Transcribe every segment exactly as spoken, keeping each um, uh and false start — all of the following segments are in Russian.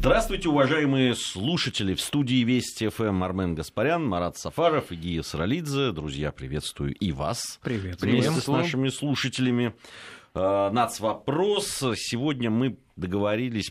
Здравствуйте, уважаемые слушатели. В студии Вести ФМ Армен Гаспарян, Марат Сафаров и Гия Саралидзе. Друзья, приветствую и вас. Приветствую. Вместе с нашими слушателями. Нацвопрос. Сегодня мы договорились,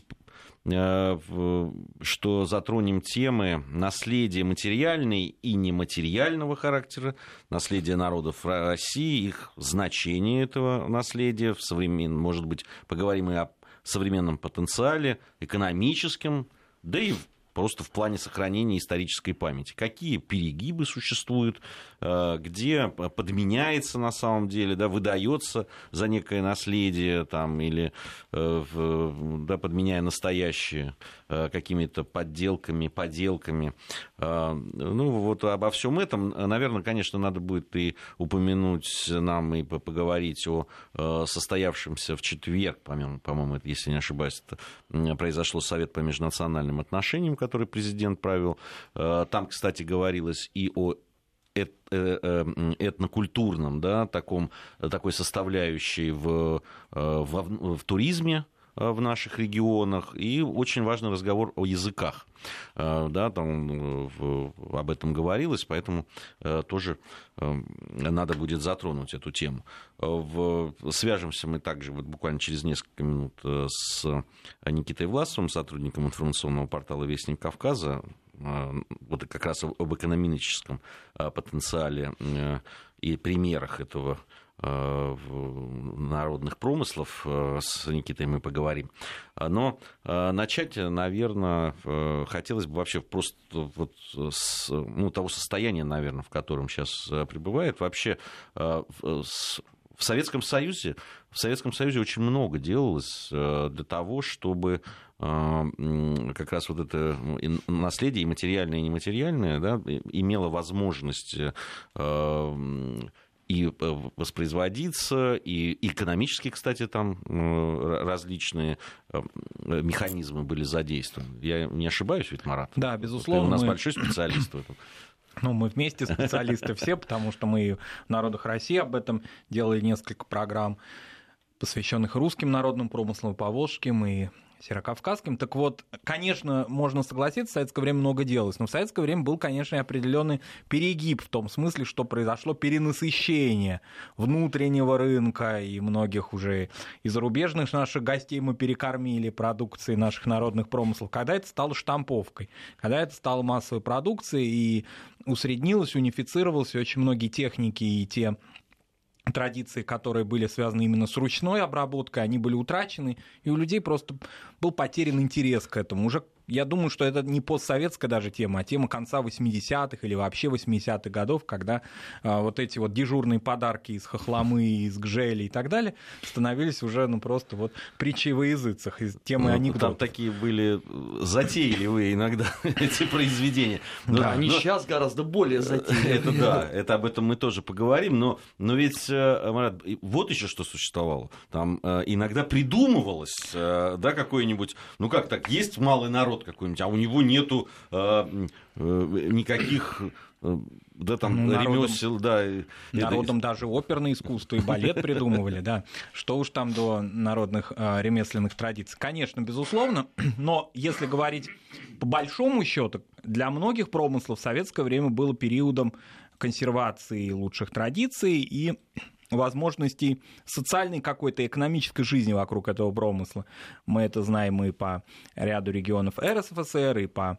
что затронем темы наследия материальной и нематериального характера, наследия народов России, их значение этого наследия в современном, может быть, поговорим и о современном потенциале, экономическом, да и просто в плане сохранения исторической памяти. Какие перегибы существуют, где подменяется на самом деле, да, выдается за некое наследие, там, или да, подменяя настоящее какими-то подделками, поделками. Ну, вот обо всем этом, наверное, конечно, надо будет и упомянуть нам, и поговорить о состоявшемся в четверг, по-моему, если не ошибаюсь, это произошло Совет по межнациональным отношениям, который президент провел. Там, кстати, говорилось и о этнокультурном, да, таком, такой составляющей в, в, в туризме в наших регионах, и очень важный разговор о языках. Да, там об этом говорилось, поэтому тоже надо будет затронуть эту тему. Свяжемся мы также вот буквально через несколько минут с Никитой Власовым, сотрудником информационного портала «Вестник Кавказа», вот как раз об экономическом потенциале и примерах этого народных промыслов. С Никитой мы поговорим. Но начать, наверное, хотелось бы вообще просто вот с, ну, того состояния, наверное, в котором сейчас пребывает. Вообще в Советском Союзе, в Советском Союзе очень много делалось для того, чтобы как раз вот это наследие, и материальное, и нематериальное, да, имело возможность и воспроизводиться, и экономически, кстати, там различные механизмы были задействованы. Я не ошибаюсь, ведь, Марат? Да, безусловно. Ты у нас мы... большой специалист в этом. Ну, мы вместе специалисты все, потому что мы в «Народах России» об этом делали несколько программ, посвященных русским народным промыслам, поволжским и северокавказским. Так вот, конечно, можно согласиться, в советское время много делалось, но в советское время был, конечно, определенный перегиб в том смысле, что произошло перенасыщение внутреннего рынка, и многих уже и зарубежных наших гостей мы перекормили продукцией наших народных промыслов, когда это стало штамповкой, когда это стало массовой продукцией, и усреднилось, унифицировалось, и очень многие техники и те традиции, которые были связаны именно с ручной обработкой, они были утрачены, и у людей просто был потерян интерес к этому. Уже, я думаю, что это не постсоветская даже тема, а тема конца восьмидесятых или вообще восьмидесятых годов, когда а, вот эти вот дежурные подарки из хохломы, из гжели и так далее становились уже, ну, просто вот притчей во языцах, из темы ну, анекдотов. Там такие были затейливые иногда эти произведения. Но, да, они но... сейчас гораздо более затейливые. Это да, это об этом мы тоже поговорим, но, но ведь, Марат, вот еще что существовало. Там иногда придумывалось, да, какой-нибудь, ну как так, есть малый народ какой-нибудь, а у него нету э, э, никаких э, да, там, ну, ремесел, да. Народом это... даже оперное искусство и балет придумывали, да. Что уж там до народных э, ремесленных традиций. Конечно, безусловно, но если говорить по большому счету, для многих промыслов советское время было периодом консервации лучших традиций и возможностей социальной какой-то экономической жизни вокруг этого промысла. Мы это знаем и по ряду регионов эр эс эф эс эр, и по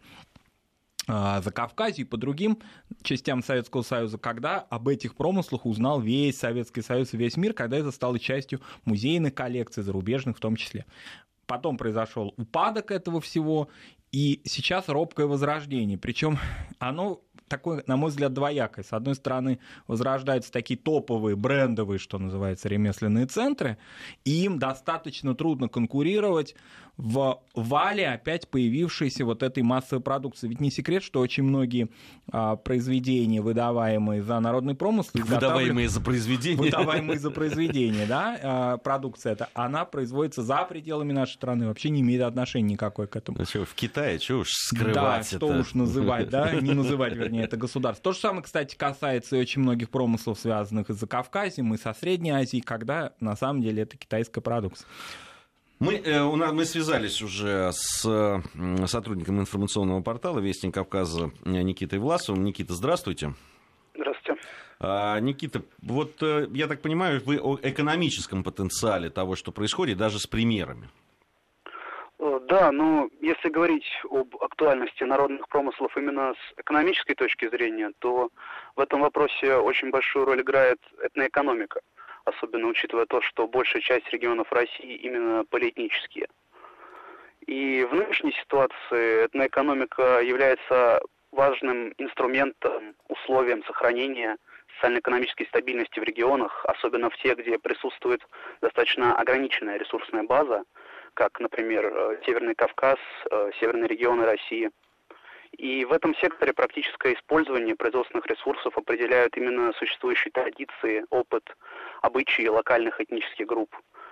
э, Закавказью, и по другим частям Советского Союза, когда об этих промыслах узнал весь Советский Союз и весь мир, когда это стало частью музейных коллекций, зарубежных в том числе. Потом произошел упадок этого всего, и сейчас робкое возрождение. Причем оно такое, на мой взгляд, двоякое. С одной стороны, возрождаются такие топовые, брендовые, что называется, ремесленные центры, и им достаточно трудно конкурировать в вале опять появившейся вот этой массовой продукции. Ведь не секрет, что очень многие а, произведения, выдаваемые за народный промысел... Выдаваемые за произведения. Выдаваемые за произведения, да, а, продукция эта, она производится за пределами нашей страны, вообще не имеет отношения никакой к этому. Ну, что, в Китае, что уж скрывать да, это? что уж называть, да, не называть, вернее, это государство. То же самое, кстати, касается и очень многих промыслов, связанных и с Закавказьем, и со Средней Азией, когда на самом деле это китайская продукция. Мы, э, у нас, мы связались уже с э, сотрудником информационного портала «Вестник Кавказа» Никитой Власовым. Никита, здравствуйте. Здравствуйте. А, Никита, вот э, я так понимаю, вы о экономическом потенциале того, что происходит, даже с примерами. Да, но если говорить об актуальности народных промыслов именно с экономической точки зрения, то в этом вопросе очень большую роль играет этноэкономика. Особенно учитывая то, что большая часть регионов России именно полиэтнические. И в нынешней ситуации этноэкономика является важным инструментом, условием сохранения социально-экономической стабильности в регионах, особенно в тех, где присутствует достаточно ограниченная ресурсная база, как, например, Северный Кавказ, северные регионы России. И в этом секторе практическое использование производственных ресурсов определяют именно существующие традиции, опыт, обычаи локальных этнических групп.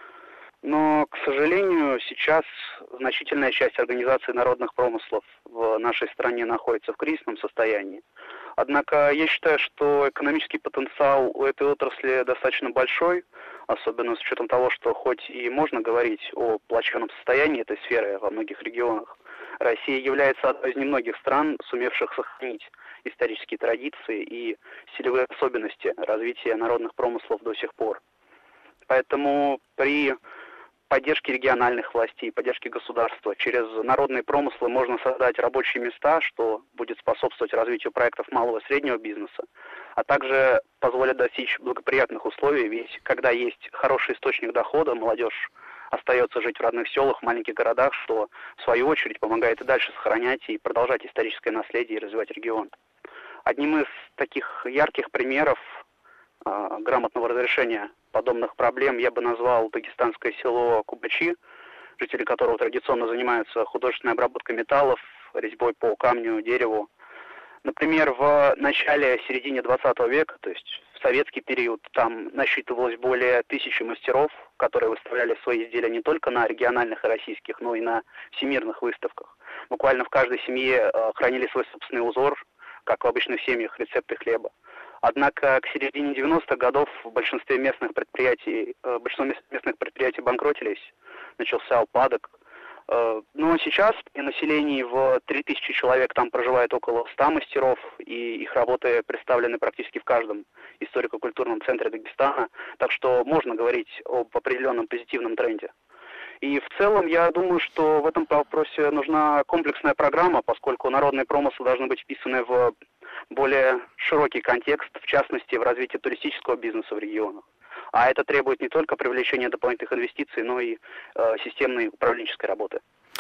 Но, к сожалению, сейчас значительная часть организаций народных промыслов в нашей стране находится в кризисном состоянии. Однако я считаю, что экономический потенциал у этой отрасли достаточно большой, особенно с учетом того, что хоть и можно говорить о плачевном состоянии этой сферы во многих регионах, Россия является одной из немногих стран, сумевших сохранить исторические традиции и стилевые особенности развития народных промыслов до сих пор. Поэтому при поддержке региональных властей, поддержке государства через народные промыслы можно создать рабочие места, что будет способствовать развитию проектов малого и среднего бизнеса, а также позволит достичь благоприятных условий, ведь когда есть хороший источник дохода, молодежь остается жить в родных селах, в маленьких городах, что в свою очередь помогает и дальше сохранять и продолжать историческое наследие и развивать регион. Одним из таких ярких примеров э, грамотного разрешения подобных проблем я бы назвал дагестанское село Кубачи, жители которого традиционно занимаются художественной обработкой металлов, резьбой по камню, дереву. Например, в начале-середине двадцатого века, то есть в советский период, там насчитывалось более тысячи мастеров, которые выставляли свои изделия не только на региональных и российских, но и на всемирных выставках. Буквально в каждой семье э, хранили свой собственный узор, как в обычных семьях, рецепты хлеба. Однако к середине девяностых годов в большинстве местных предприятий, э, большинство местных предприятий банкротились, начался упадок. Но сейчас при населении в три тысячи человек там проживает около ста мастеров, и их работы представлены практически в каждом историко-культурном центре Дагестана, так что можно говорить об определенном позитивном тренде. И в целом я думаю, что в этом вопросе нужна комплексная программа, поскольку народные промыслы должны быть вписаны в более широкий контекст, в частности в развитие туристического бизнеса в регионах. А это требует не только привлечения дополнительных инвестиций, но и э, системной управленческой работы.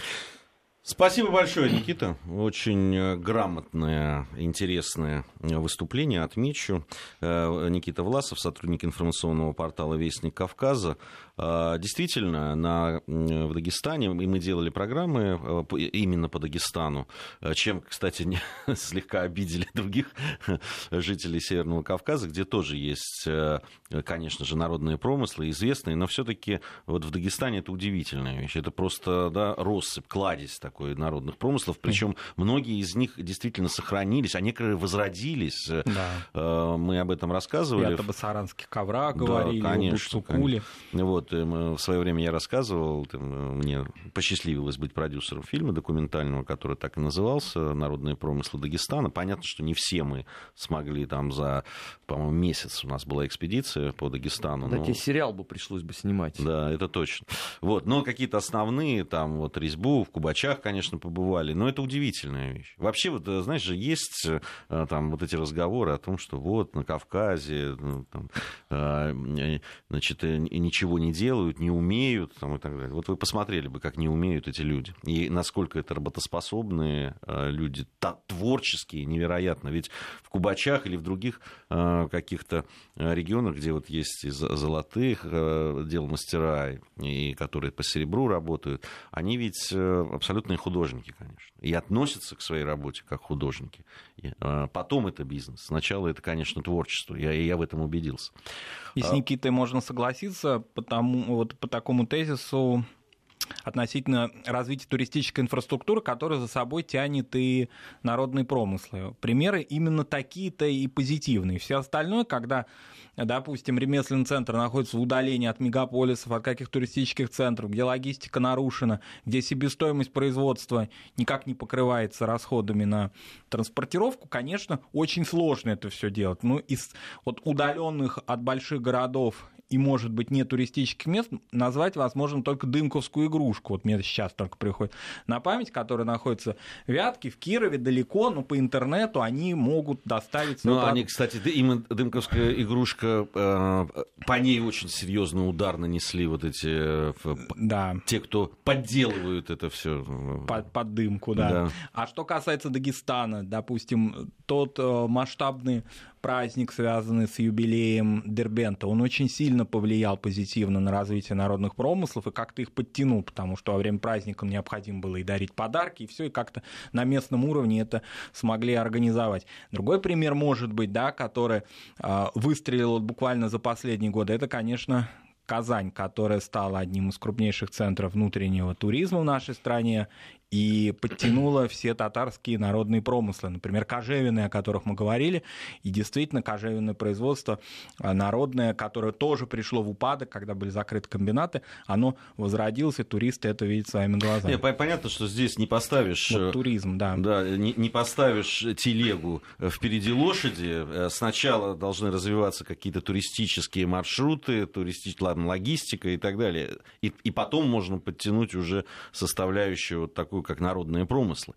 Спасибо большое, Никита. Очень грамотное, интересное выступление, отмечу. Никита Власов, сотрудник информационного портала «Вестник Кавказа». Действительно, на, в Дагестане, и мы делали программы именно по Дагестану, чем, кстати, не, слегка обидели других жителей Северного Кавказа, где тоже есть, конечно же, народные промыслы, известные, но все-таки вот в Дагестане это удивительная вещь. Это просто, да, россыпь, кладезь такой народных промыслов, причем многие из них действительно сохранились, а некоторые возродились. Да. Мы об этом рассказывали. И о Табасаранских коврах говорили, да, конечно, о Буксукуле. Вот, в свое время я рассказывал, мне посчастливилось быть продюсером фильма документального, который так и назывался «Народные промыслы Дагестана». Понятно, что не все мы смогли там за, по-моему, месяц у нас была экспедиция по Дагестану. Да, но... тебе сериал бы пришлось бы снимать. Да, это точно. Вот, но какие-то основные, там, вот, резьбу в Кубачах, конечно, побывали, но это удивительная вещь. Вообще, вот, знаешь же, есть там вот эти разговоры о том, что вот на Кавказе, ну, там, значит, ничего не делают, не умеют, там, и так далее. Вот вы посмотрели бы, как не умеют эти люди, и насколько это работоспособные люди, творческие, невероятно. Ведь в Кубачах или в других каких-то регионах, где вот есть из золотых дел мастера, и которые по серебру работают, они ведь абсолютные художники, конечно, и относятся к своей работе как художники. И потом это бизнес. Сначала это, конечно, творчество. Я, я в этом убедился. И с Никитой можно согласиться, потому, вот по такому тезису относительно развития туристической инфраструктуры, которая за собой тянет и народные промыслы. Примеры именно такие-то и позитивные. Все остальное, когда, допустим, ремесленный центр находится в удалении от мегаполисов, от каких туристических центров, где логистика нарушена, где себестоимость производства никак не покрывается расходами на транспортировку, конечно, очень сложно это все делать. Ну, из вот удаленных от больших городов и, может быть, не туристических мест назвать возможно только Дымковскую игрушку. Вот мне сейчас только приходит на память, которая находится в Вятке, в Кирове, далеко, но по интернету они могут доставить... Ну, продукт. Они, кстати, именно Дымковская игрушка, э, по ней очень серьезный удар нанесли вот эти... Э, да. Те, кто подделывают это все. Под, под дымку, да. да. А что касается Дагестана, допустим, тот э, масштабный праздник, связанный с юбилеем Дербента, он очень сильно повлиял позитивно на развитие народных промыслов и как-то их подтянул, потому что во время праздника необходимо было и дарить подарки, и все, и как-то на местном уровне это смогли организовать. Другой пример, может быть, да, который э, выстрелил буквально за последние годы, это, конечно, Казань, которая стала одним из крупнейших центров внутреннего туризма в нашей стране и подтянула все татарские народные промыслы, например, кожевенные, о которых мы говорили, и действительно кожевенное производство народное, которое тоже пришло в упадок, когда были закрыты комбинаты, оно возродилось, и туристы это видят своими глазами. Не, понятно, что здесь не поставишь... Вот туризм, да. Да, не, не поставишь телегу впереди лошади, сначала должны развиваться какие-то туристические маршруты, туристическая логистика и так далее, и, и потом можно подтянуть уже составляющую вот такую, как народные промыслы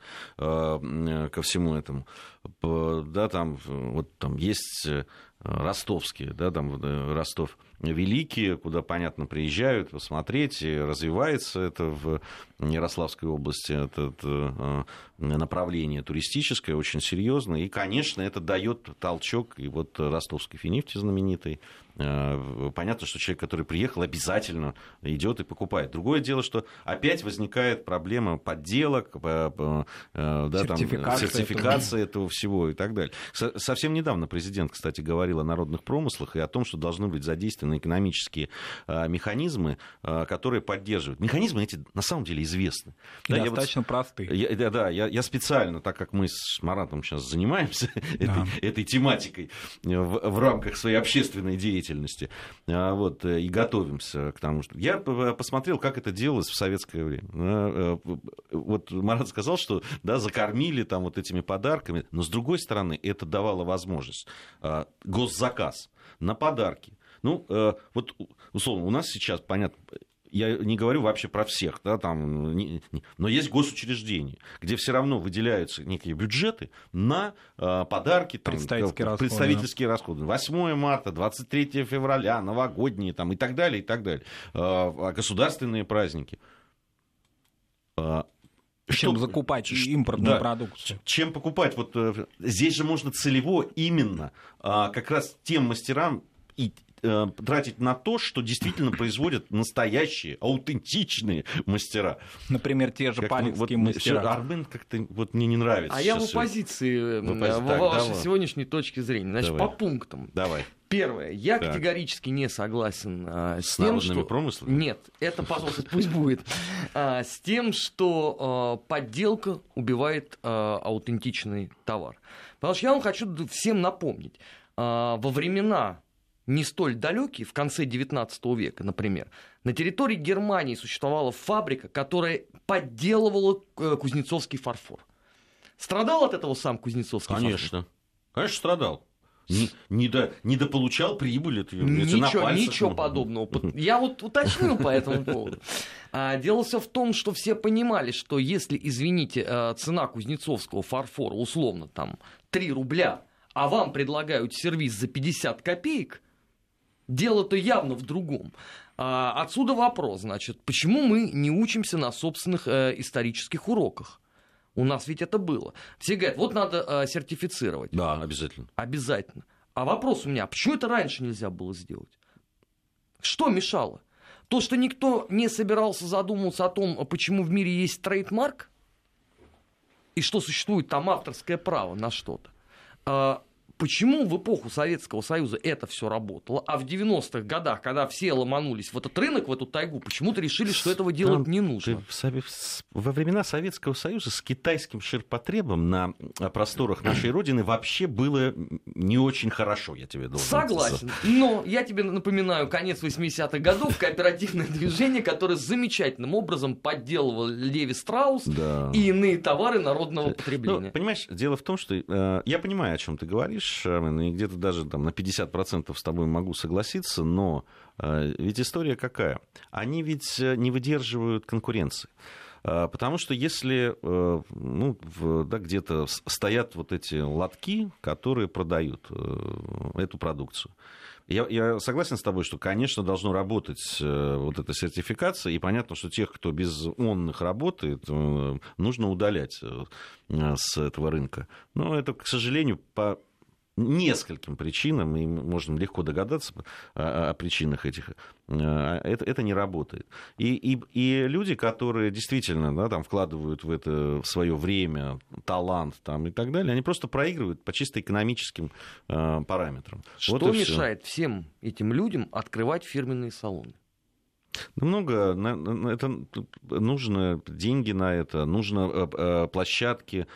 э, ко всему этому. Да, там, вот, там есть ростовские, да, там Ростов Великий, куда, понятно, приезжают посмотреть, и развивается это в Ярославской области, это, это направление туристическое, очень серьезное, и, конечно, это дает толчок, и вот ростовской финифти знаменитой. Понятно, что человек, который приехал, обязательно идет и покупает. Другое дело, что опять возникает проблема подделок, да, сертификация, там, сертификация этого. этого всего и так далее. Совсем недавно президент, кстати, говорил о народных промыслах и о том, что должны быть задействованы экономические механизмы, которые поддерживают. Механизмы эти на самом деле известны. Да, достаточно вот, простые. Я, да, да, я, я специально, так как мы с Маратом сейчас занимаемся да. этой, этой тематикой в, в рамках своей общественной деятельности, вот, и готовимся к тому, что... Я посмотрел, как это делалось в советское время. Вот Марат сказал, что да, закормили там вот этими подарками, но с другой стороны, это давало возможность. Госзаказ на подарки. Ну, вот, условно, у нас сейчас, понятно, я не говорю вообще про всех, да, там, не, не, но есть госучреждения, где все равно выделяются некие бюджеты на э, подарки, там, представительские, расходы, представительские да. расходы. восьмое марта, двадцать третье февраля, новогодние там, и так далее, и так далее. Э, государственные праздники. Э, Чем что, закупать импортную да, продукцию? Чем покупать? Вот, э, здесь же можно целево именно э, как раз тем мастерам и тратить на то, что действительно производят настоящие, аутентичные мастера. Например, те же палецкие вот, мастера. Армен как-то вот мне не нравится. А я в оппозиции, в, оппозиции. в, в вашей давай. сегодняшней точке зрения. Значит, давай. по пунктам. Давай. Первое. Я так. категорически не согласен а, с, с тем, народными что... промыслами? Нет, это, пожалуйста, пусть будет. А, с тем, что а, подделка убивает а, аутентичный товар. Потому что я вам хочу всем напомнить. А, во времена не столь далекие, в конце девятнадцатого века, например, на территории Германии существовала фабрика, которая подделывала кузнецовский фарфор. Страдал от этого сам кузнецовский Конечно. фарфор? Конечно. Конечно, страдал. Не, не, до, не дополучал прибыли. Это, ничего на ничего подобного. Я вот уточню по этому поводу. Дело все в том, что все понимали, что если, извините, цена кузнецовского фарфора условно там три рубля, а вам предлагают сервиз за пятьдесят копеек, дело-то явно в другом. А, отсюда вопрос, значит, почему мы не учимся на собственных э, исторических уроках? У нас ведь это было. Все говорят, вот надо э, сертифицировать. Да, обязательно. Обязательно. А вопрос у меня, почему это раньше нельзя было сделать? Что мешало? То, что никто не собирался задумываться о том, почему в мире есть трейдмарк, и что существует там авторское право на что-то. Почему в эпоху Советского Союза это все работало, а в девяностых годах, когда все ломанулись в этот рынок, в эту тайгу, почему-то решили, что этого делать Там, не нужно? Ты, во времена Советского Союза с китайским ширпотребом на просторах нашей Родины вообще было не очень хорошо, я тебе должен сказать. Согласен, но я тебе напоминаю, конец восьмидесятых годов, кооперативное движение, которое замечательным образом подделывало Леви Страус Да. и иные товары народного потребления. Ну, понимаешь, дело в том, что э, я понимаю, о чем ты говоришь, и где-то даже там, на пятьдесят процентов с тобой могу согласиться, но э, ведь история какая? Они ведь не выдерживают конкуренции. Э, потому что если э, ну, в, да, где-то стоят вот эти лотки, которые продают э, эту продукцию, Я, я согласен с тобой, что, конечно, должно работать э, вот эта сертификация, и понятно, что тех, кто без онных работает, э, нужно удалять э, с этого рынка. Но это, к сожалению, по нескольким причинам, и можем легко догадаться о, о причинах этих, это, это не работает. И, и, и люди, которые действительно да, там, вкладывают в это свое время, талант там, и так далее, они просто проигрывают по чисто экономическим э, параметрам. Что вот мешает всем этим людям открывать фирменные салоны? Много, это нужно деньги на это, нужно площадки.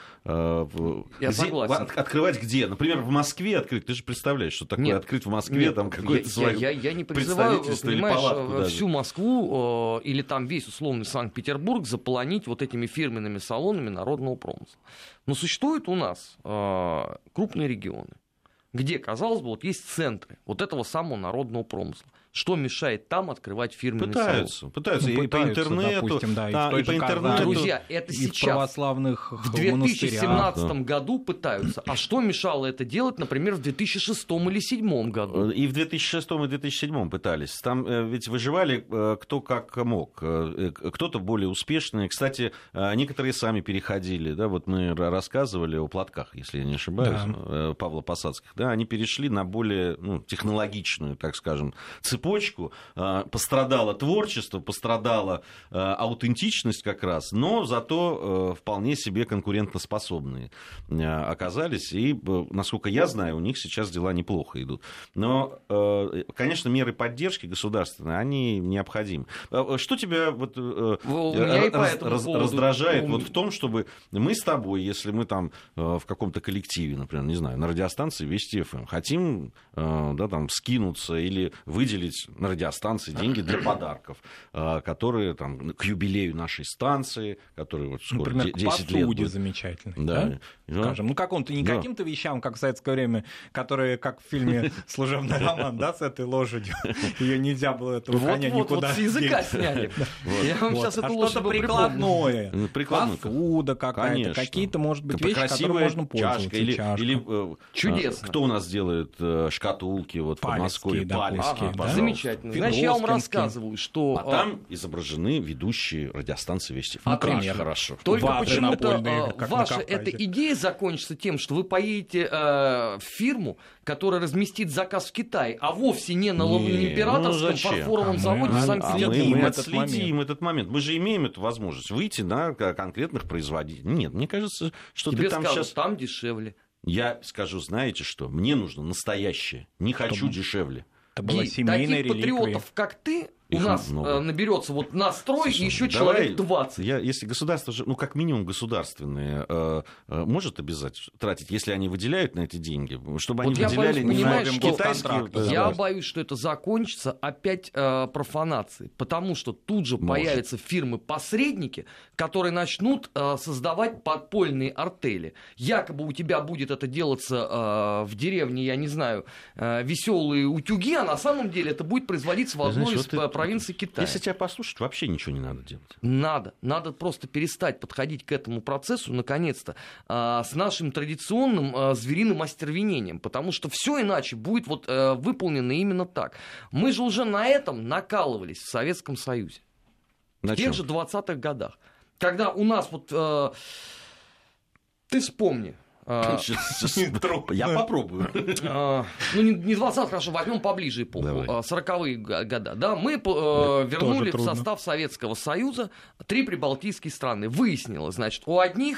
Я согласен. Открывать где? Например, в Москве открыть. Ты же представляешь, что такое нет, открыть в Москве нет, там какое-то я, свое я, я, я не призываю, понимаешь, всю Москву э, или там весь условный Санкт-Петербург заполонить вот этими фирменными салонами народного промысла. Но существуют у нас э, крупные регионы, где, казалось бы, вот есть центры вот этого самого народного промысла. Что мешает там открывать фирменный пытаются, салон? Пытаются, ну, и пытаются, по интернету, допустим, да, и, да, и по интернету. Друзья, это и сейчас. В православных в две тысячи семнадцатом да. году пытаются. А что мешало это делать, например, в две тысячи шестом или две тысячи седьмом году? И в две тысячи шестом и две тысячи седьмом пытались. Там ведь выживали кто как мог. Кто-то более успешный. Кстати, некоторые сами переходили. Да, вот мы рассказывали о платках, если я не ошибаюсь, да. Павла Посадских. Да, они перешли на более ну, технологичную, так скажем, цепочку. Пострадало творчество, пострадала э, аутентичность как раз, но зато э, вполне себе конкурентоспособные э, оказались. И, э, насколько я знаю, у них сейчас дела неплохо идут. Но, э, конечно, меры поддержки государственные, они необходимы. Что тебя вот, э, раз, раз, раздражает вот в том, чтобы мы с тобой, если мы там э, в каком-то коллективе, например, не знаю, на радиостанции Вести ФМ, хотим э, да, там, скинуться или выделить на радиостанции деньги для подарков, которые там, к юбилею нашей станции, которые вот скоро например, десять лет будет. Замечательный, да? Да? Скажем, ну какому-то не да. каким-то вещам, как в советское время, которые, как в фильме «Служебный роман», да, с этой лошадью, ее нельзя было этого коня никуда. Вот с языка сняли. Я вам сейчас эту лошадь что-то прикладное, прикладное, посуда какая-то, какие-то, может быть, вещи, которыми можно пользоваться. Или чудесно. Кто у нас делает шкатулки вот в Подмосковье? Палецкие, замечательно. Значит, я вам рассказываю, что... А там изображены ведущие радиостанции Вести ФМ. Отлично. Хорошо. Только почему-то ваша эта идея закончится тем, что вы поедете э, в фирму, которая разместит заказ в Китае, а вовсе не на Императорском ну, фарфоровом а заводе мы, в Санкт-Петербурге. А мы, мы отследим этот момент. Мы же имеем эту возможность выйти на конкретных производителей. Нет, мне кажется, что Тебе ты там скажут, сейчас... там дешевле. Я скажу, знаете что? Мне нужно настоящее. Не хочу Чтобы... дешевле. Это была И семейная таких реликвия. патриотов, как ты, у Их нас много. наберется вот настрой Слушай, и еще давай, человек двадцать. Я, если государство, ну, как минимум государственные, э, э, может обязать тратить, если они выделяют на эти деньги, чтобы вот они выделяли боюсь, не на что китайские... Да, я боюсь, что это закончится опять э, профанацией, потому что тут же может. появятся фирмы-посредники, которые начнут э, создавать подпольные артели. Якобы у тебя будет это делаться э, в деревне, я не знаю, э, веселые утюги, а на самом деле это будет производиться в одной из вот провинций Китая. Если тебя послушать, вообще ничего не надо делать. Надо. Надо просто перестать подходить к этому процессу, наконец-то, э, с нашим традиционным э, звериным остервенением, потому что все иначе будет вот, э, выполнено именно так. Мы же уже на этом накалывались в Советском Союзе. На в тех чем? же двадцатых годах. Когда у нас вот... Э, ты вспомни. Я попробую. Ну, не двадцатый, хорошо, возьмем поближе эпоху. сороковые года. Да, мы вернули в состав Советского Союза три прибалтийские страны. Выяснилось, значит, у одних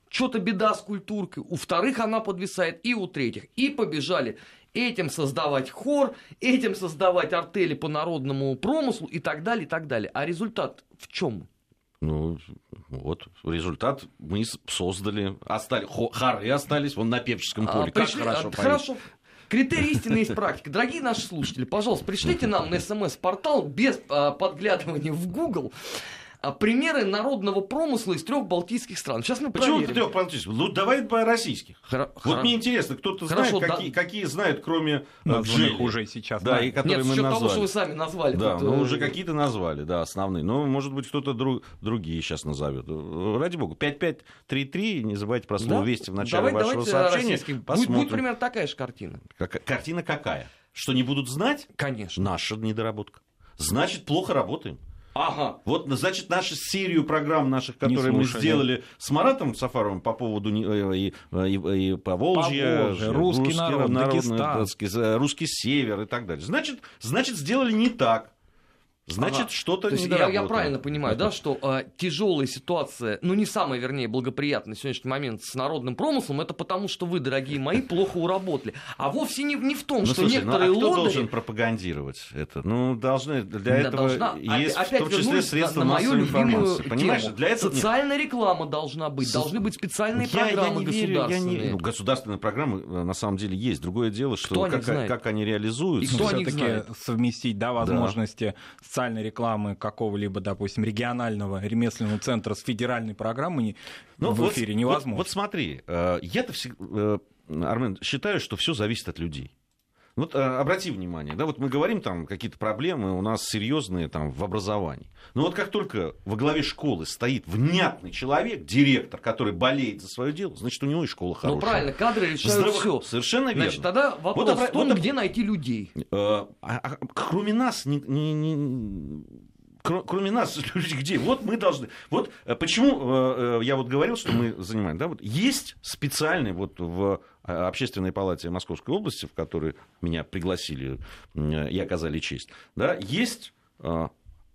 что-то беда с культуркой, у вторых она подвисает, и у третьих. И побежали этим создавать хор, этим создавать артели по народному промыслу и так далее, и так далее. А результат в чем? Ну, вот, результат мы создали, остались, хоры остались, вон на Певческом поле, А, как пришли, хорошо а, поют. хорошо. Критерий истины есть практика. Дорогие наши слушатели, пожалуйста, пришлите нам на СМС-портал без а, подглядывания в Google а, примеры народного промысла из трех балтийских стран. Сейчас мы Почему проверим. ты трех балтийских? Ну, давай по российских. Хоро- Вот хоро- мне интересно, кто-то Хорошо, знает, да. какие, какие знают, кроме Названных Джелли. уже сейчас. Да, да. и которые Нет, с мы учетом назвали. того, что вы сами назвали. Да, тут, ну э, уже какие-то назвали, да, основные. Но, может быть, кто-то друг, другие сейчас назовет. Ради бога, пять пять три три, не забывайте про слово да? «Вести» в начале Давай, вашего давайте сообщения. российский. Будет, Посмотрим. будет примерно такая же картина. Как- картина какая? Что не будут знать? Конечно. Наша недоработка. Значит, плохо работаем. Ага. Вот, значит, нашу серию программ наших, Не которые мы слушали. сделали с Маратом Сафаровым по поводу не- и, и, и Поволжья, Поволжья, русский народ, Дагестан. так сказать, русский север и так далее. Значит, значит сделали не так. Значит, Ага. что-то То есть не я, я доработано. правильно понимаю, да, что э, тяжелая ситуация, ну не самая, вернее, благоприятная на сегодняшний момент с народным промыслом, это потому, что вы, дорогие мои, плохо уработали. А вовсе не, не в том, Ну, что слушай, некоторые ну, а кто лодыри... должен пропагандировать это? Ну, должны для Да, этого должна. есть Опять в том числе вернулись средства на, на мою массовой любимую информации. Понимаешь, тему. для этого... Социальная реклама должна быть, Со- должны быть специальные Я- я программы не верю, я не- государственные. ну, государственные программы э, на самом деле есть. Другое дело, Кто что о них как, знает? как они реализуются. И кто о них все-таки знает? совместить, да, возможности социальной рекламы какого-либо, допустим, регионального ремесленного центра с федеральной программой Ну, в вот- эфире вот- невозможно. Вот, смотри, э, я-то всегда, Армен, считаю, что все зависит от людей. Вот э, обрати внимание, да, вот мы говорим, там какие-то проблемы у нас серьезные там в образовании. Но вот как только во главе школы стоит внятный человек, директор, который болеет за свое дело, значит, у него и школа хорошая. Ну правильно, кадры решают Здраво- все. Совершенно верно. Значит, тогда вопрос Вот обра- в том, вот об- где найти людей. Э, а- а кроме нас, не, не- не- кро- кроме нас, люди где? Вот мы должны. Вот э, почему э, э, я вот говорил, что мы занимаем. Да, вот есть специальный вот в э, Общественной палате Московской области, в которой меня пригласили э, и оказали честь, да, есть э,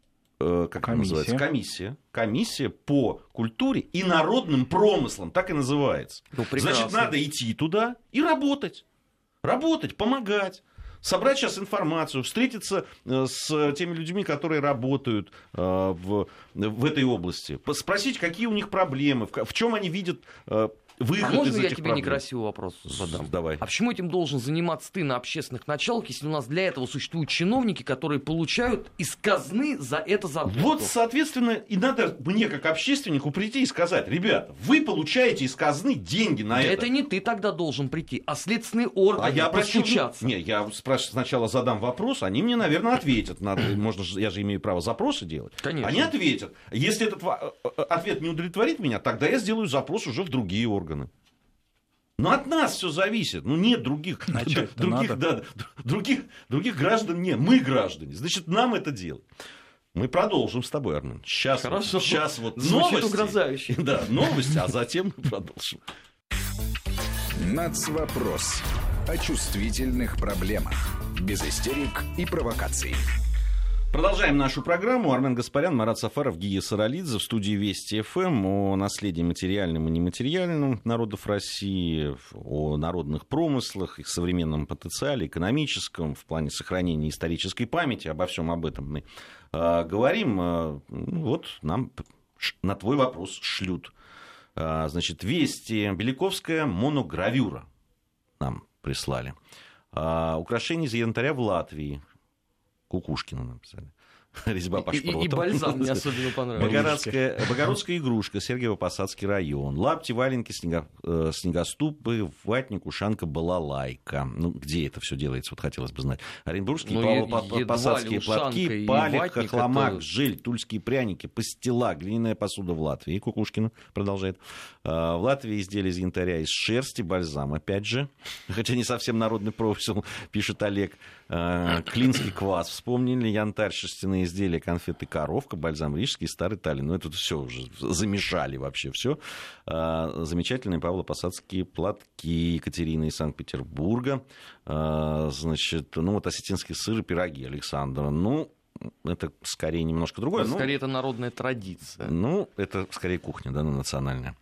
э, как она Комиссия. называется? Комиссия. Комиссия по культуре и народным промыслам, так и называется. Ну, прекрасно. Значит, надо идти туда и работать. Работать, помогать. Собрать сейчас информацию, встретиться э, с теми людьми, которые работают э, в, в этой области, спросить, какие у них проблемы, в, в чем они видят э, выход А можно из я этих тебе проблем. некрасивый вопрос задам? Давай. А почему этим должен заниматься ты на общественных началах, если у нас для этого существуют чиновники, которые получают из казны за это зарплату? Вот, соответственно, и надо мне, как общественнику, прийти и сказать: ребята, вы получаете из казны деньги на Да это. это не ты тогда должен прийти, а следственные органы А я обращу постучаться. Не, я спраш- сначала задам вопрос, они мне, наверное, ответят. Надо, можно, же- я же имею право запросы делать. Конечно. Они ответят. Если этот во- ответ не удовлетворит меня, тогда я сделаю запрос уже в другие органы. Но от нас все зависит. Ну, нет других, Начать-то других, надо. да, других, других граждан нет. Мы граждане. Значит, нам это делать. Мы продолжим с тобой, Армен. Сейчас, Хорошо. вот, сейчас вот Звучит новости. угрожающе. Да, новости, а затем мы продолжим. Нацвопрос. О чувствительных проблемах. Без истерик и провокаций. Продолжаем нашу программу. Армен Гаспарян, Марат Сафаров, Гия Саралидзе в студии Вести ФМ о наследии материальном и нематериальном народов России, о народных промыслах, их современном потенциале, экономическом, в плане сохранения исторической памяти. Обо всем об этом мы э, говорим. Э, ну, вот нам ш- на твой вопрос шлют. Э, значит, Вести, Беляковская моногравюра нам прислали. Э, украшение из янтаря в Латвии. Кукушкина написали. Резьба по И, и- шпротам. и бальзам мне особенно понравился. Богородская, Богородская игрушка, Сергиево-Посадский район. Лапти, валенки, снего, э, снегоступы, ватник, ушанка, балалайка. Ну, где это все делается, вот хотелось бы знать. Оренбургские Ну, Павло- е- по- едва посадские ли ушанка платки, и палек, ватник хохломак, это- жель, тульские пряники, пастила, глиняная посуда в Латвии. И Кукушкина продолжает. А, в Латвии изделия из янтаря, из шерсти, бальзам, опять же. Хотя не совсем народный промысел, пишет Олег. А, Клинский квас вспомнили, янтарь, шерстяные изделия, конфеты коровка, бальзам рижский, старый Таллин. Ну, это все уже замешали вообще все. Замечательные Павло-Посадские платки Екатерины из Санкт-Петербурга. А, значит, ну, вот осетинские сыры, пироги Александра. Ну, это скорее немножко другое. Это Ну, скорее это народная традиция. ну, это скорее кухня, да, национальная.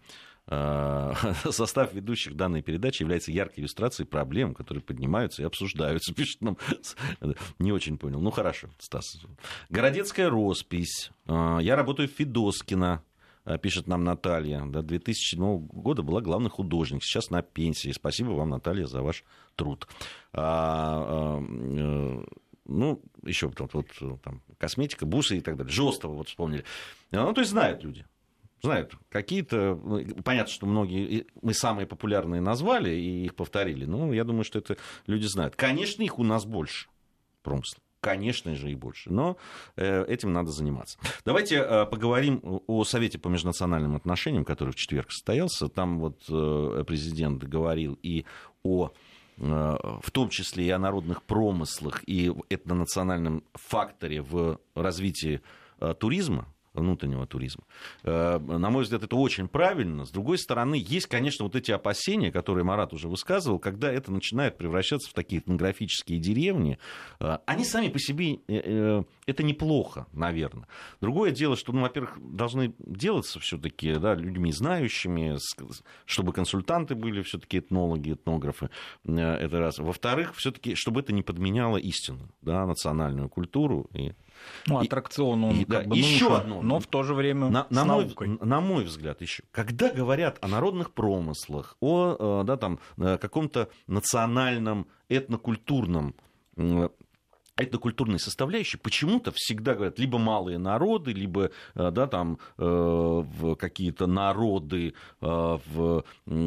Состав ведущих данной передачи является яркой иллюстрацией проблем, которые поднимаются и обсуждаются. Пишет нам, не очень понял. Ну, хорошо, Стас. Городецкая роспись. Я работаю в Федоскино. Пишет нам Наталья. До две тысячи седьмого года была главный художник. Сейчас на пенсии. Спасибо вам, Наталья, за ваш труд. А, а, ну, еще вот, вот, там, косметика, бусы и так далее. Жёстова, вот вспомнили. Ну, то есть знают люди. Знают. Какие-то... Понятно, что многие... Мы самые популярные назвали и их повторили. Но я думаю, что это люди знают. Конечно, их у нас больше. Промысл. Конечно же, и больше. Но э, этим надо заниматься. Давайте э, поговорим о Совете по межнациональным отношениям, который в четверг состоялся. Там вот э, президент говорил и о, э, в том числе и о народных промыслах, и этнонациональном факторе в развитии э, туризма, внутреннего туризма. На мой взгляд, это очень правильно. С другой стороны, есть, конечно, вот эти опасения, которые Марат уже высказывал, когда это начинает превращаться в такие этнографические деревни. Они сами по себе, это неплохо, наверное. Другое дело, что, ну, во-первых, должны делаться все-таки, да, людьми знающими, чтобы консультанты были все-таки этнологи, этнографы. Это раз. Во-вторых, все-таки, чтобы это не подменяло истину, да, национальную культуру и... Ну, аттракцион, он и, как да, бы еще нужен, одно, но в то же время на, с на, наукой. мой, на мой взгляд, еще, когда говорят о народных промыслах, о, да, там, каком-то национальном, этнокультурном, этнокультурной составляющей, почему-то всегда говорят либо малые народы, либо, да, там, какие-то народы в...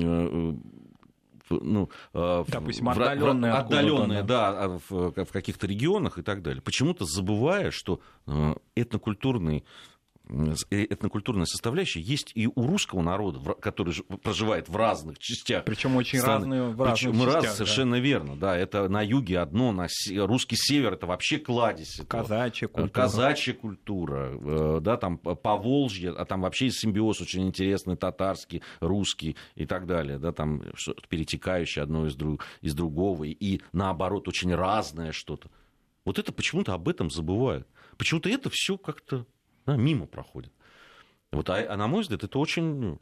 Ну, допустим, отдаленные, отдаленные, да, в, в каких-то регионах и так далее. Почему-то забывая, что этнокультурный, этнокультурная составляющая есть и у русского народа, который проживает в разных частях. Причем очень страны. разные в разных Причем частях. Раз, совершенно да. верно. Да, это на юге одно, на русский север это вообще кладезь. Казачья культура. Казачья культура, да, там Поволжье, а там вообще симбиоз очень интересный, татарский, русский и так далее, да, там что-то перетекающее одно из, друг, из другого, и наоборот очень разное что-то. Вот это почему-то об этом забывают. Почему-то это все как-то... Да, мимо проходит. Вот, а, а на мой взгляд, это очень,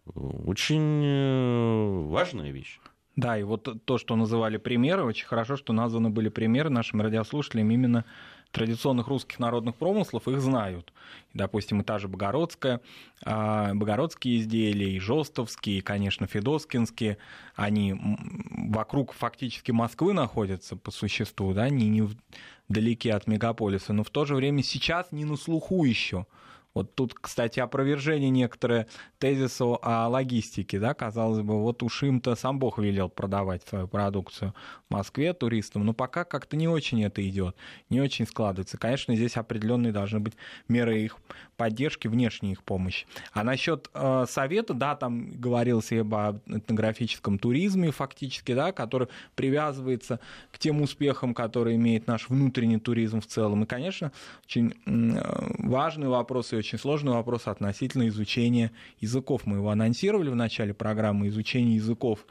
очень важная вещь. Да, и вот то, что называли примеры, очень хорошо, что названы были примеры нашим радиослушателям именно традиционных русских народных промыслов, их знают. Допустим, и та же Богородская, богородские изделия, и жостовские, и, конечно, федоскинские, они вокруг фактически Москвы находятся по существу, да, не, не вдалеке от мегаполиса, но в то же время сейчас не на слуху еще. Вот тут, кстати, опровержение некоторое тезису о логистике, да, казалось бы, вот уж им-то сам Бог велел продавать свою продукцию в Москве туристам, но пока как-то не очень это идет, не очень складывается. Конечно, здесь определенные должны быть меры их поддержки, внешней их помощи. А насчет э, совета, да, там говорилось и об этнографическом туризме фактически, да, который привязывается к тем успехам, которые имеет наш внутренний туризм в целом. И, конечно, очень э, важный вопрос и очень сложный вопрос относительно изучения языков. Мы его анонсировали в начале программы, изучение языков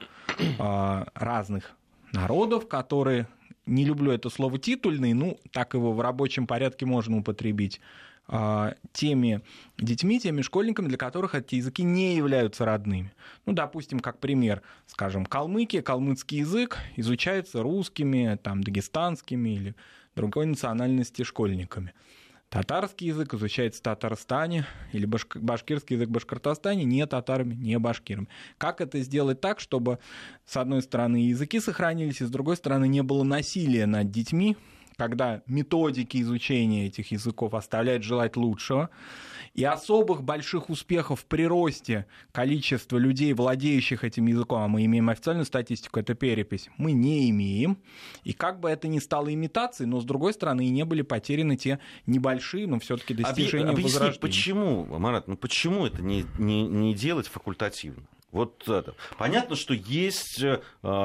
э, разных народов, которые, не люблю это слово титульный, ну, так его в рабочем порядке можно употребить, э, теми детьми, теми школьниками, для которых эти языки не являются родными. Ну, допустим, как пример, скажем, Калмыкия, калмыцкий язык изучается русскими, там, дагестанскими или другой национальности школьниками. Татарский язык изучается в Татарстане, или башкирский язык в Башкортостане не татарами, не башкирами. Как это сделать так, чтобы, с одной стороны, языки сохранились, и с другой стороны, не было насилия над детьми, когда методики изучения этих языков оставляют желать лучшего, и особых больших успехов в приросте количества людей, владеющих этим языком, а мы имеем официальную статистику, это перепись, мы не имеем. И как бы это ни стало имитацией, но, с другой стороны, и не были потеряны те небольшие, но все-таки достижения Объясни, возрождения. Почему, Марат, ну почему это не, не, не делать факультативно? Вот это. Понятно, что есть э,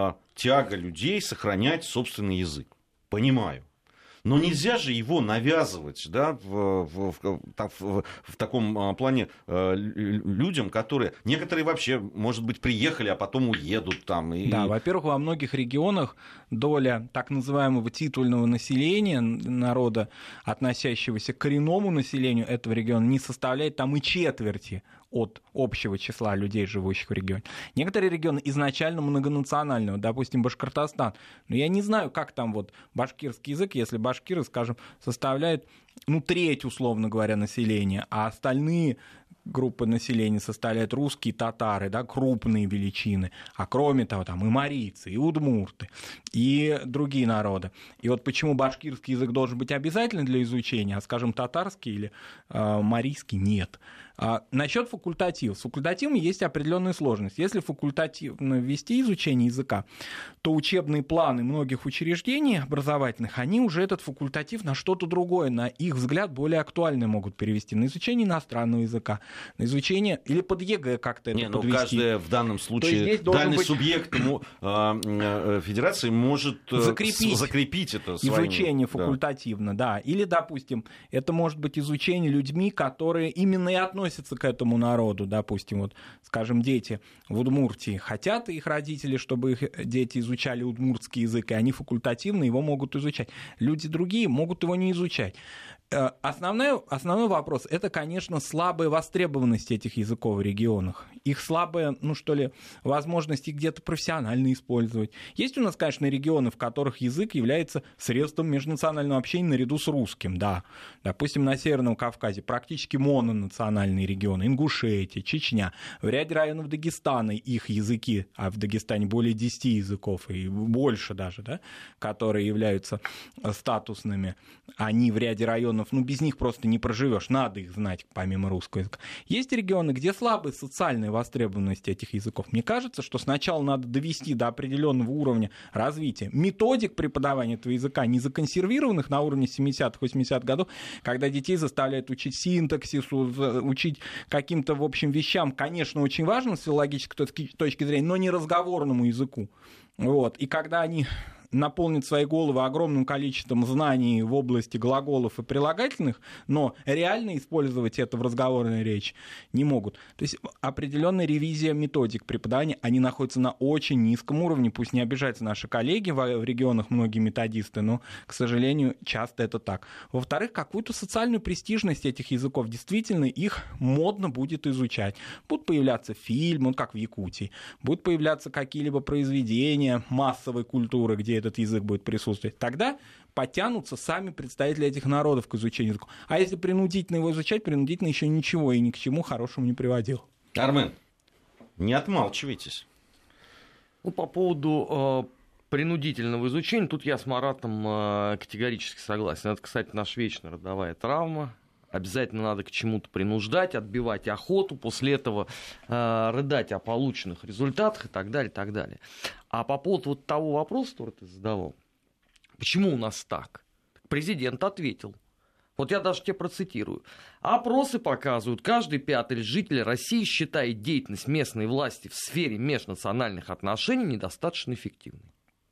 тяга людей сохранять собственный язык. Понимаю. Но нельзя же его навязывать, да, в, в, в, в, в таком плане э, людям, которые... Некоторые вообще, может быть, приехали, а потом уедут там. И... Да, во-первых, во многих регионах доля так называемого титульного населения, народа, относящегося к коренному населению этого региона, не составляет там и четверти от общего числа людей, живущих в регионе. Некоторые регионы изначально многонациональные, допустим, Башкортостан. Но я не знаю, как там вот башкирский язык, если башкиры, скажем, составляют, ну, треть, условно говоря, населения, а остальные группы населения составляют русские, татары, да, крупные величины, а кроме того, там и марийцы, и удмурты, и другие народы. И вот почему башкирский язык должен быть обязательным для изучения, а, скажем, татарский или э, марийский нет. А насчет факультатива. С факультативом есть определенная сложность. Если факультативно ввести изучение языка, то учебные планы многих учреждений образовательных, они уже этот факультатив на что-то другое, на их взгляд, более актуальное могут перевести. На изучение иностранного языка, на изучение или под ЕГЭ как-то это Не, ну, подвести. каждая в данном случае данный быть... субъект ну, э, федерации может закрепить, закрепить это своим... изучение факультативно, да. да. Или, допустим, это может быть изучение людьми, которые именно и относятся к этому народу, допустим, вот, скажем, дети в Удмуртии хотят их родители, чтобы их дети изучали удмуртский язык, и они факультативно его могут изучать. Люди другие могут его не изучать. Основной, основной вопрос – это, конечно, слабая востребованность этих языков в регионах. Их слабая, ну что ли, возможность их где-то профессионально использовать. Есть у нас, конечно, регионы, в которых язык является средством межнационального общения наряду с русским, да. Допустим, на Северном Кавказе практически мононациональные регионы, Ингушетия, Чечня. В ряде районов Дагестана их языки, а в Дагестане более десяти языков, и больше даже, да, которые являются статусными, они в ряде районов, ну, без них просто не проживешь, надо их знать, помимо русского языка. Есть регионы, где слабая социальная востребованность этих языков. Мне кажется, что сначала надо довести до определенного уровня развития методик преподавания этого языка, не законсервированных на уровне семидесятых, восьмидесятых годов, когда детей заставляют учить синтаксису, учить каким-то, в общем, вещам, конечно, очень важным с филологической точки зрения, но не разговорному языку. Вот. И когда они наполнит свои головы огромным количеством знаний в области глаголов и прилагательных, но реально использовать это в разговорной речи не могут. То есть определенная ревизия методик преподавания, они находятся на очень низком уровне, пусть не обижаются наши коллеги в регионах, многие методисты, но, к сожалению, часто это так. Во-вторых, какую-то социальную престижность этих языков, действительно, их модно будет изучать. Будут появляться фильмы, как в Якутии, будут появляться какие-либо произведения массовой культуры, где этот язык будет присутствовать, тогда потянутся сами представители этих народов к изучению языка. А если принудительно его изучать, принудительно еще ничего и ни к чему хорошему не приводил. Армен, не отмалчивайтесь. Ну, по поводу э, принудительного изучения, тут я с Маратом э, категорически согласен. Это, кстати, наша вечная родовая травма. Обязательно надо к чему-то принуждать, отбивать охоту, после этого э, рыдать о полученных результатах и так далее, и так далее. А по поводу вот того вопроса, который ты задавал, почему у нас так? Президент ответил. Вот я даже тебе процитирую. Опросы показывают, каждый пятый житель России считает деятельность местной власти в сфере межнациональных отношений недостаточно эффективной.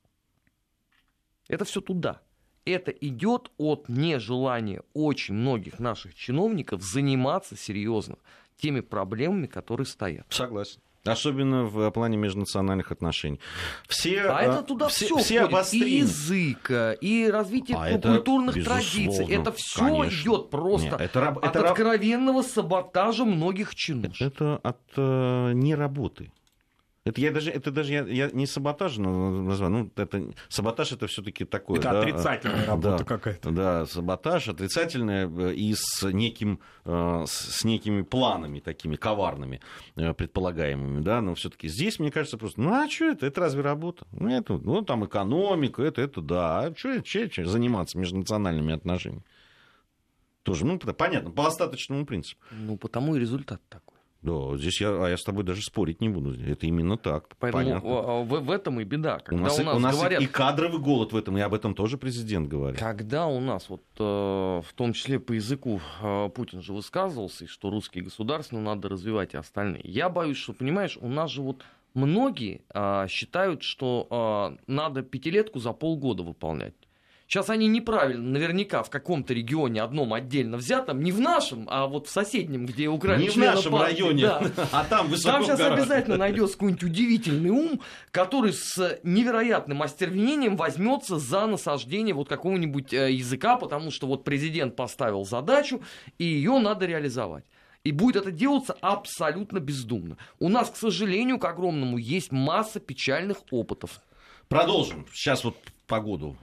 Это все туда. Это идет от нежелания очень многих наших чиновников заниматься серьезно теми проблемами, которые стоят. Согласен. Особенно в плане межнациональных отношений. Все, а это туда все, все, все входит. И язык, и развитие а культурных это, традиций. Это все идет просто Нет, это, от это, откровенного саботажа многих чиновников. Это от э, неработы. Это я даже, это даже я, я не саботаж назвал, ну, это, саботаж это все-таки такое. Это да, отрицательная работа да, какая-то. Да, саботаж отрицательная и с, неким, с некими планами такими коварными, предполагаемыми, да, но все-таки здесь, мне кажется, просто, ну, а что это, это разве работа? Ну, это, ну там экономика, это, это да, а что, что, что заниматься межнациональными отношениями? Тоже, ну, понятно, по остаточному принципу. Ну, потому и результат такой. Да, здесь я, а я с тобой даже спорить не буду. Это именно так. Поэтому в, в, в этом и беда. Когда у нас, у нас, у нас говорят, и кадровый голод в этом, и об этом тоже президент говорит. Когда у нас, вот, э, в том числе по языку, э, Путин же высказывался, что русский государственный надо развивать, и остальные. Я боюсь, что, понимаешь, у нас же вот многие э, считают, что э, надо пятилетку за полгода выполнять. Сейчас они неправильно, наверняка в каком-то регионе одном отдельно взятом, не в нашем, а вот в соседнем, где Украина. Не в нашем партии, районе, да. а там высоко. Там сейчас обязательно найдется какой-нибудь удивительный ум, который с невероятным остервенением возьмется за насаждение вот какого-нибудь языка, потому что вот президент поставил задачу, и ее надо реализовать. И будет это делаться абсолютно бездумно. У нас, к сожалению, к огромному, есть масса печальных опытов. Продолжим. Сейчас вот погоду.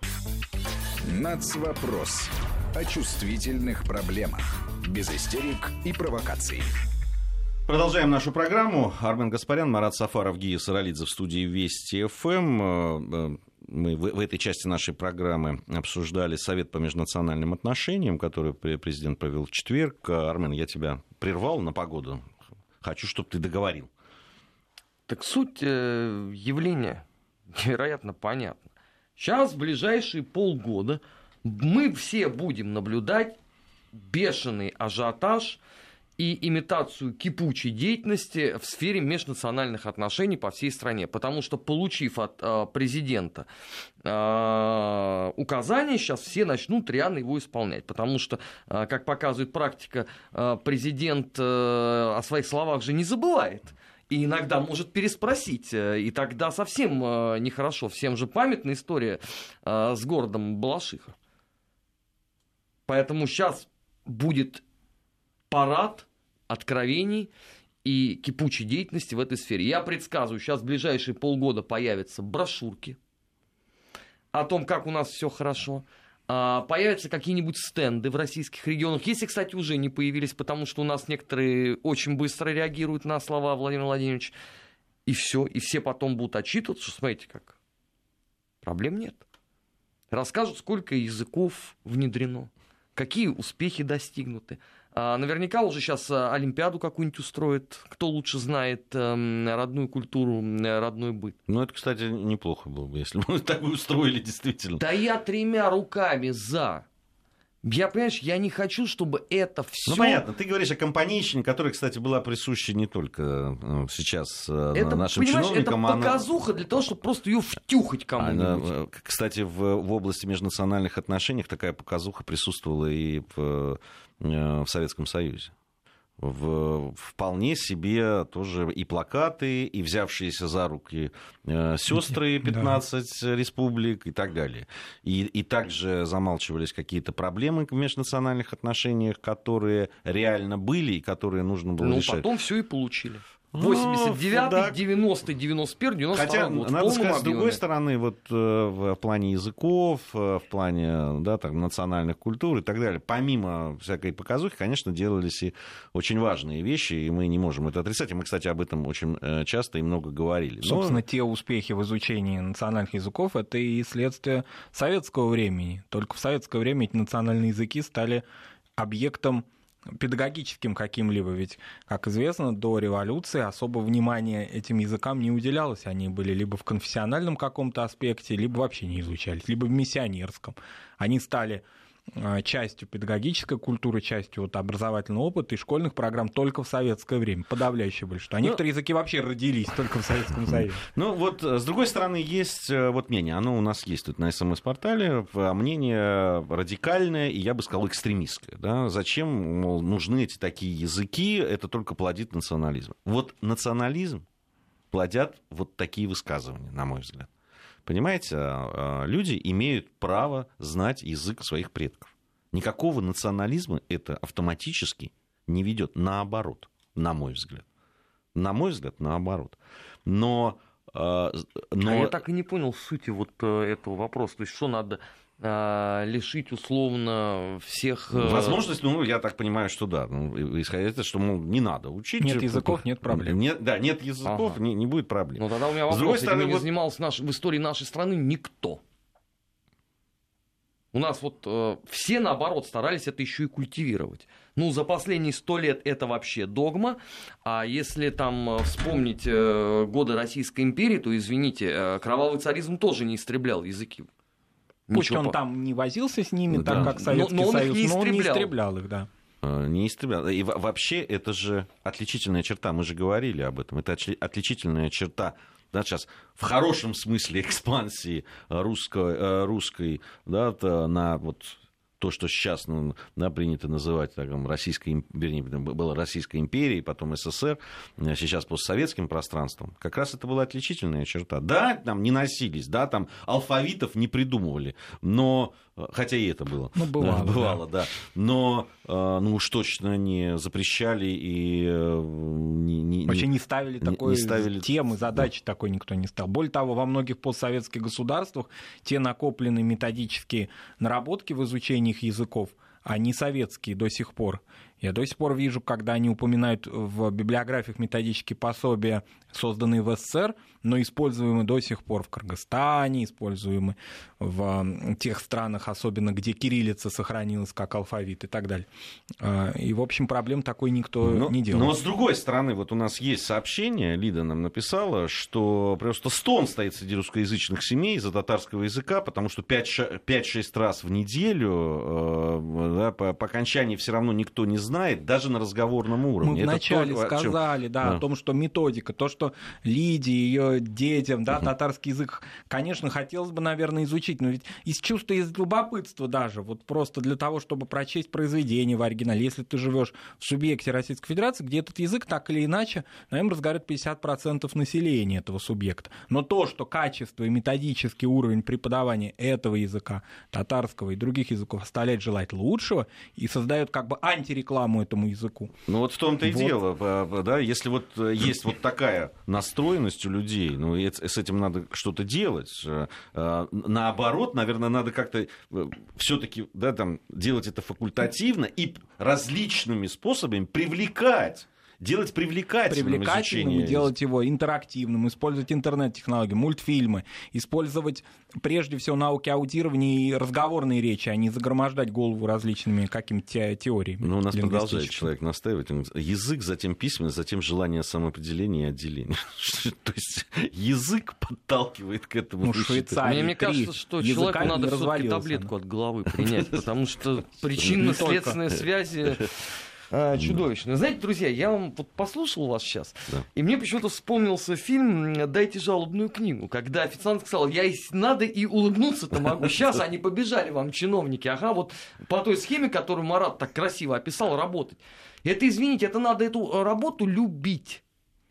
Нацвопрос. О чувствительных проблемах. Без истерик и провокаций. Продолжаем нашу программу. Армен Гаспарян, Марат Сафаров, Гия Саралидзе в студии Вести ФМ. Мы в этой части нашей программы обсуждали Совет по межнациональным отношениям, который президент провел в четверг. Армен, я тебя прервал на погоду. Хочу, чтобы ты договорил. Так суть э, явления невероятно понятна. Сейчас, в ближайшие полгода, мы все будем наблюдать бешеный ажиотаж и имитацию кипучей деятельности в сфере межнациональных отношений по всей стране. Потому что, получив от э, президента э, указания, сейчас все начнут реально его исполнять. Потому что, э, как показывает практика, э, президент э, о своих словах же не забывает. И иногда может переспросить. И тогда совсем э, нехорошо. Всем же памятна история э, с городом Балашиха. Поэтому сейчас будет парад откровений и кипучей деятельности в этой сфере. Я предсказываю, сейчас в ближайшие полгода появятся брошюрки о том, как у нас все хорошо. Появятся какие-нибудь стенды в российских регионах. Если, кстати, уже не появились, потому что у нас некоторые очень быстро реагируют на слова Владимира Владимировича. И все. И все потом будут отчитываться, что смотрите как. Проблем нет. Расскажут, сколько языков внедрено, какие успехи достигнуты. Наверняка уже сейчас Олимпиаду какую-нибудь устроят. Кто лучше знает родную культуру, родной быт. Ну, это, кстати, неплохо было бы, если бы мы так бы устроили, действительно. Да я тремя руками за. Я, понимаешь, я не хочу, чтобы это все... Ну, понятно, ты говоришь о компанейщине, которая, кстати, была присуща не только сейчас это, нашим чиновникам. Это показуха для того, чтобы просто ее втюхать кому-нибудь. Она, кстати, в, в области межнациональных отношений такая показуха присутствовала и в, в Советском Союзе. В, вполне себе тоже и плакаты, и взявшиеся за руки э, сестры пятнадцать да. республик и так далее. И, и также замалчивались какие-то проблемы в межнациональных отношениях, которые реально были и которые нужно было ну, решать. Ну, потом все и получили. восемьдесят девятый, девяностый, девяносто первый, девяносто второй Хотя, год. надо сказать, объеме. с другой стороны, вот э, в плане языков, э, в плане да, там, национальных культур и так далее, помимо всякой показухи, конечно, делались и очень важные вещи, и мы не можем это отрицать. И мы, кстати, об этом очень э, часто и много говорили. Но... Собственно, те успехи в изучении национальных языков — это и следствие советского времени. Только в советское время эти национальные языки стали объектом педагогическим каким-либо, ведь, как известно, до революции особо внимания этим языкам не уделялось. Они были либо в конфессиональном каком-то аспекте, либо вообще не изучались, либо в миссионерском. Они стали частью педагогической культуры, частью вот образовательного опыта и школьных программ только в советское время, подавляющее большинство. А некоторые языки вообще родились только в Советском Союзе. Ну вот, с другой стороны, есть вот мнение, оно у нас есть тут на СМС-портале, мнение радикальное и, я бы сказал, экстремистское. Да? Зачем, мол, нужны эти такие языки, это только плодит национализм. Вот национализм плодят вот такие высказывания, на мой взгляд. Понимаете, люди имеют право знать язык своих предков. Никакого национализма это автоматически не ведет. Наоборот, на мой взгляд. На мой взгляд, наоборот. Но... но... А я так и не понял сути вот этого вопроса. То есть, что надо лишить условно всех... Возможность, ну, я так понимаю, что да. Ну, исходя из этого, что, мол, не надо учить. Нет языков, нет проблем. Нет, да, нет языков, ага. не, не будет проблем. Ну, тогда у меня вопрос. Этим стороны, не вот... занимался наш, в истории нашей страны никто. У нас вот э, все, наоборот, старались это еще и культивировать. Ну, за последние сто лет это вообще догма. А если там вспомнить э, годы Российской империи, то, извините, э, кровавый царизм тоже не истреблял языки. Пусть Ничего он по... там не возился с ними, да. так как Советский но, но Союз, не но он не истреблял их, да. Не истреблял. И вообще это же отличительная черта, мы же говорили об этом, это отличительная черта, да, сейчас в хорошем смысле экспансии русской, русской да, на вот то, что сейчас ну, да, принято называть так, российской, вернее, было Российской империей, потом СССР, сейчас постсоветским пространством, как раз это была отличительная черта. Да, там не носились, да, там алфавитов не придумывали, но, хотя и это было. Ну, бывало, бывало да. да. Но, ну уж точно не запрещали и... Не, не, вообще не ставили такой не ставили... темы, задачи да. такой никто не ставил. Более того, во многих постсоветских государствах те накопленные методические наработки в изучении их языков, они советские до сих пор. Я до сих пор вижу, когда они упоминают в библиографиях методические пособия, созданные в СССР, но используемые до сих пор в Кыргызстане, используемые в тех странах, особенно где кириллица сохранилась как алфавит и так далее. И, в общем, проблем такой никто но, не делал. Но, с другой стороны, вот у нас есть сообщение, Лида нам написала, что просто стон стоит среди русскоязычных семей из-за татарского языка, потому что пять-шесть раз в неделю да, по, по окончании все равно никто не знает, знает, даже на разговорном уровне. Мы вначале то, сказали, да, да. о том, что методика, то, что Лидии, ее детям, да, uh-huh. татарский язык, конечно, хотелось бы, наверное, изучить, но ведь из чувства, из любопытства даже, вот просто для того, чтобы прочесть произведение в оригинале, если ты живешь в субъекте Российской Федерации, где этот язык так или иначе, наверное, разговаривает пятьдесят процентов населения этого субъекта. Но то, что качество и методический уровень преподавания этого языка, татарского и других языков оставляет желать лучшего и создает как бы антирекламу этому языку. Ну вот в том-то и вот. дело, да, если вот есть вот такая настроенность у людей, ну с этим надо что-то делать. Наоборот, наверное, надо как-то все-таки да, там, делать это факультативно и различными способами привлекать. Делать привлекательным, привлекательным, делать его интерактивным, использовать интернет-технологии, мультфильмы, использовать прежде всего науки аудирования и разговорные речи, а не загромождать голову различными какими-то теориями. Ну, у нас продолжает человек настаивать. Язык, затем письменность, затем желание самоопределения и отделения. То есть язык подталкивает к этому. Ну, Швейцария, мне кажется, что человеку надо все-таки таблетку от головы принять, потому что причинно-следственные связи... А, чудовищно. Знаете, друзья, я вам вот послушал вас сейчас, да. и мне почему-то вспомнился фильм «Дайте жалобную книгу», когда официант сказал, я и надо и улыбнуться-то могу. Сейчас они побежали вам, чиновники, ага, вот по той схеме, которую Марат так красиво описал, работать. Это, извините, это надо эту работу любить.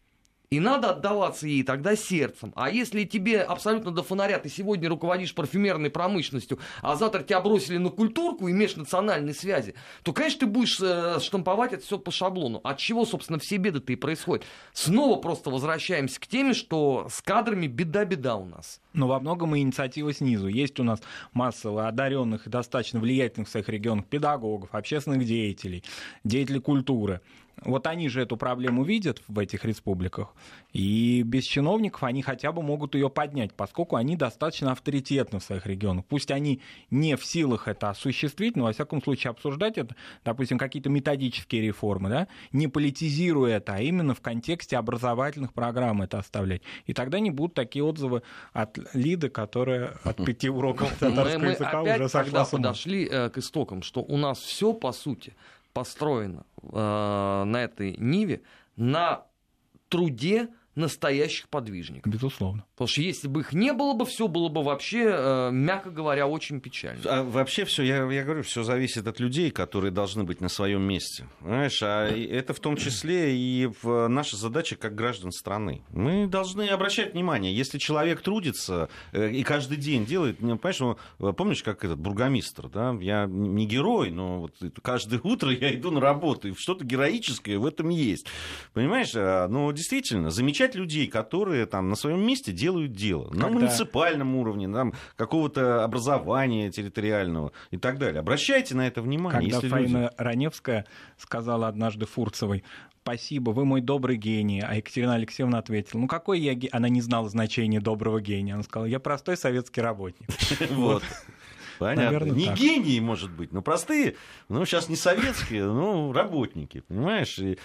И надо отдаваться ей тогда сердцем. А если тебе абсолютно до фонаря, ты сегодня руководишь парфюмерной промышленностью, а завтра тебя бросили на культурку и межнациональные связи, то, конечно, ты будешь э, штамповать это все по шаблону. От чего, собственно, все беды-то и происходят. Снова просто возвращаемся к теме, что с кадрами беда-беда у нас. Но во многом и инициатива снизу. Есть у нас масса одаренных и достаточно влиятельных в своих регионах педагогов, общественных деятелей, деятелей культуры. Вот они же эту проблему видят в этих республиках, и без чиновников они хотя бы могут ее поднять, поскольку они достаточно авторитетны в своих регионах. Пусть они не в силах это осуществить, но, во всяком случае, обсуждать это, допустим, какие-то методические реформы, да, не политизируя это, а именно в контексте образовательных программ это оставлять. И тогда не будут такие отзывы от Лиды, которая от пяти уроков татарского мы, языка мы уже сошла с ума. подошли э, к истокам, что у нас все, по сути, построено э, на этой ниве на труде настоящих подвижников. Безусловно. Потому что если бы их не было бы, все было бы вообще, э, мягко говоря, очень печально. А вообще все, я, я говорю, все зависит от людей, которые должны быть на своем месте. Понимаешь? А это в том числе и в наша задача как граждан страны. Мы должны обращать внимание, если человек трудится э, и каждый день делает, понимаешь, ну, помнишь, как этот бургомистр, да? Я не герой, но вот каждое утро я иду на работу, и что-то героическое в этом есть. Понимаешь? Ну, действительно, замечать людей, которые там на своем месте делают дело. На Когда... муниципальном уровне, там, какого-то образования территориального и так далее. Обращайте на это внимание. Когда Фаина люди... Раневская сказала однажды Фурцевой: спасибо, вы мой добрый гений. А Екатерина Алексеевна ответила: ну какой я гений? Она не знала значения доброго гения. Она сказала: я простой советский работник. Вот. Понятно. Наверное, не так. Гении, может быть, но простые, ну, сейчас не советские, ну, работники, понимаешь? И,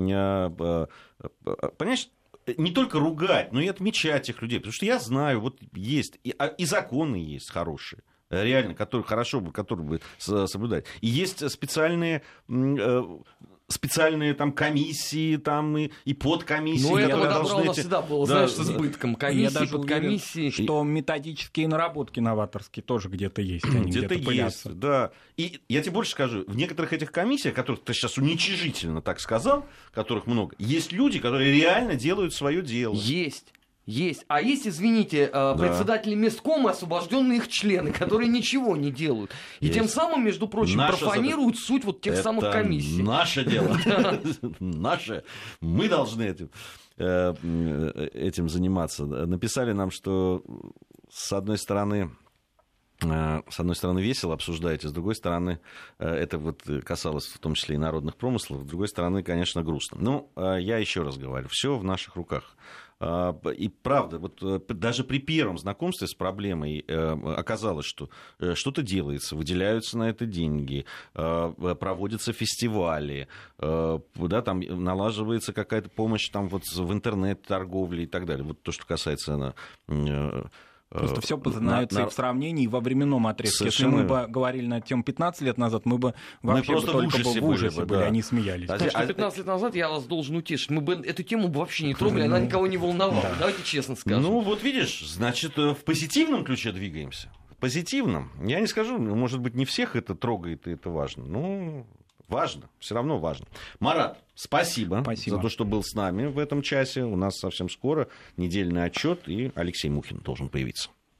а, а, понимаешь, не только ругать, но и отмечать этих людей. Потому что я знаю, вот есть, и, и законы есть хорошие, реально, которые хорошо бы, которые бы соблюдать. И есть специальные специальные там комиссии там, и, и подкомиссии, ну, которые это должны... эти... всегда было, да, знаешь, с избытком комиссии, я даже подкомиссии. уверен, что методические наработки новаторские тоже где-то есть. Они где-то, где-то есть, да. И я тебе больше скажу, в некоторых этих комиссиях, которых ты сейчас уничижительно так сказал, которых много, есть люди, которые реально делают свое дело. Есть. Есть. А есть, извините, да. председатели месткома, освобожденные их члены, которые ничего не делают. И есть. Тем самым, между прочим, Наша профанируют зад... суть вот тех Это самых комиссий. Наше дело. Наше. Мы должны этим, этим заниматься. Написали нам, что с одной стороны... С одной стороны, весело обсуждаете, с другой стороны, это вот касалось в том числе и народных промыслов, с другой стороны, конечно, грустно. Ну, я еще раз говорю, все в наших руках. И правда, вот даже при первом знакомстве с проблемой оказалось, что что-то делается, выделяются на это деньги, проводятся фестивали, да, там налаживается какая-то помощь там, вот, в интернет-торговле и так далее. Вот то, что касается... Просто все познается на, на... и в сравнении, и во временном отрезке. Совершенно... Если мы бы говорили на эту тему пятнадцать лет назад, мы бы вообще мы бы только бы в ужасе были, были, да. Они смеялись. Потому что пятнадцать лет назад, я вас должен утешить, мы бы эту тему вообще не трогали, она никого не волновала. Да. Давайте честно скажем. Ну, вот видишь, значит, в позитивном ключе двигаемся. В позитивном. Я не скажу, может быть, не всех это трогает, и это важно. Ну, важно, все равно важно. Марат, спасибо, спасибо за то, что был с нами в этом часе. У нас совсем скоро недельный отчет, и Алексей Мухин должен появиться.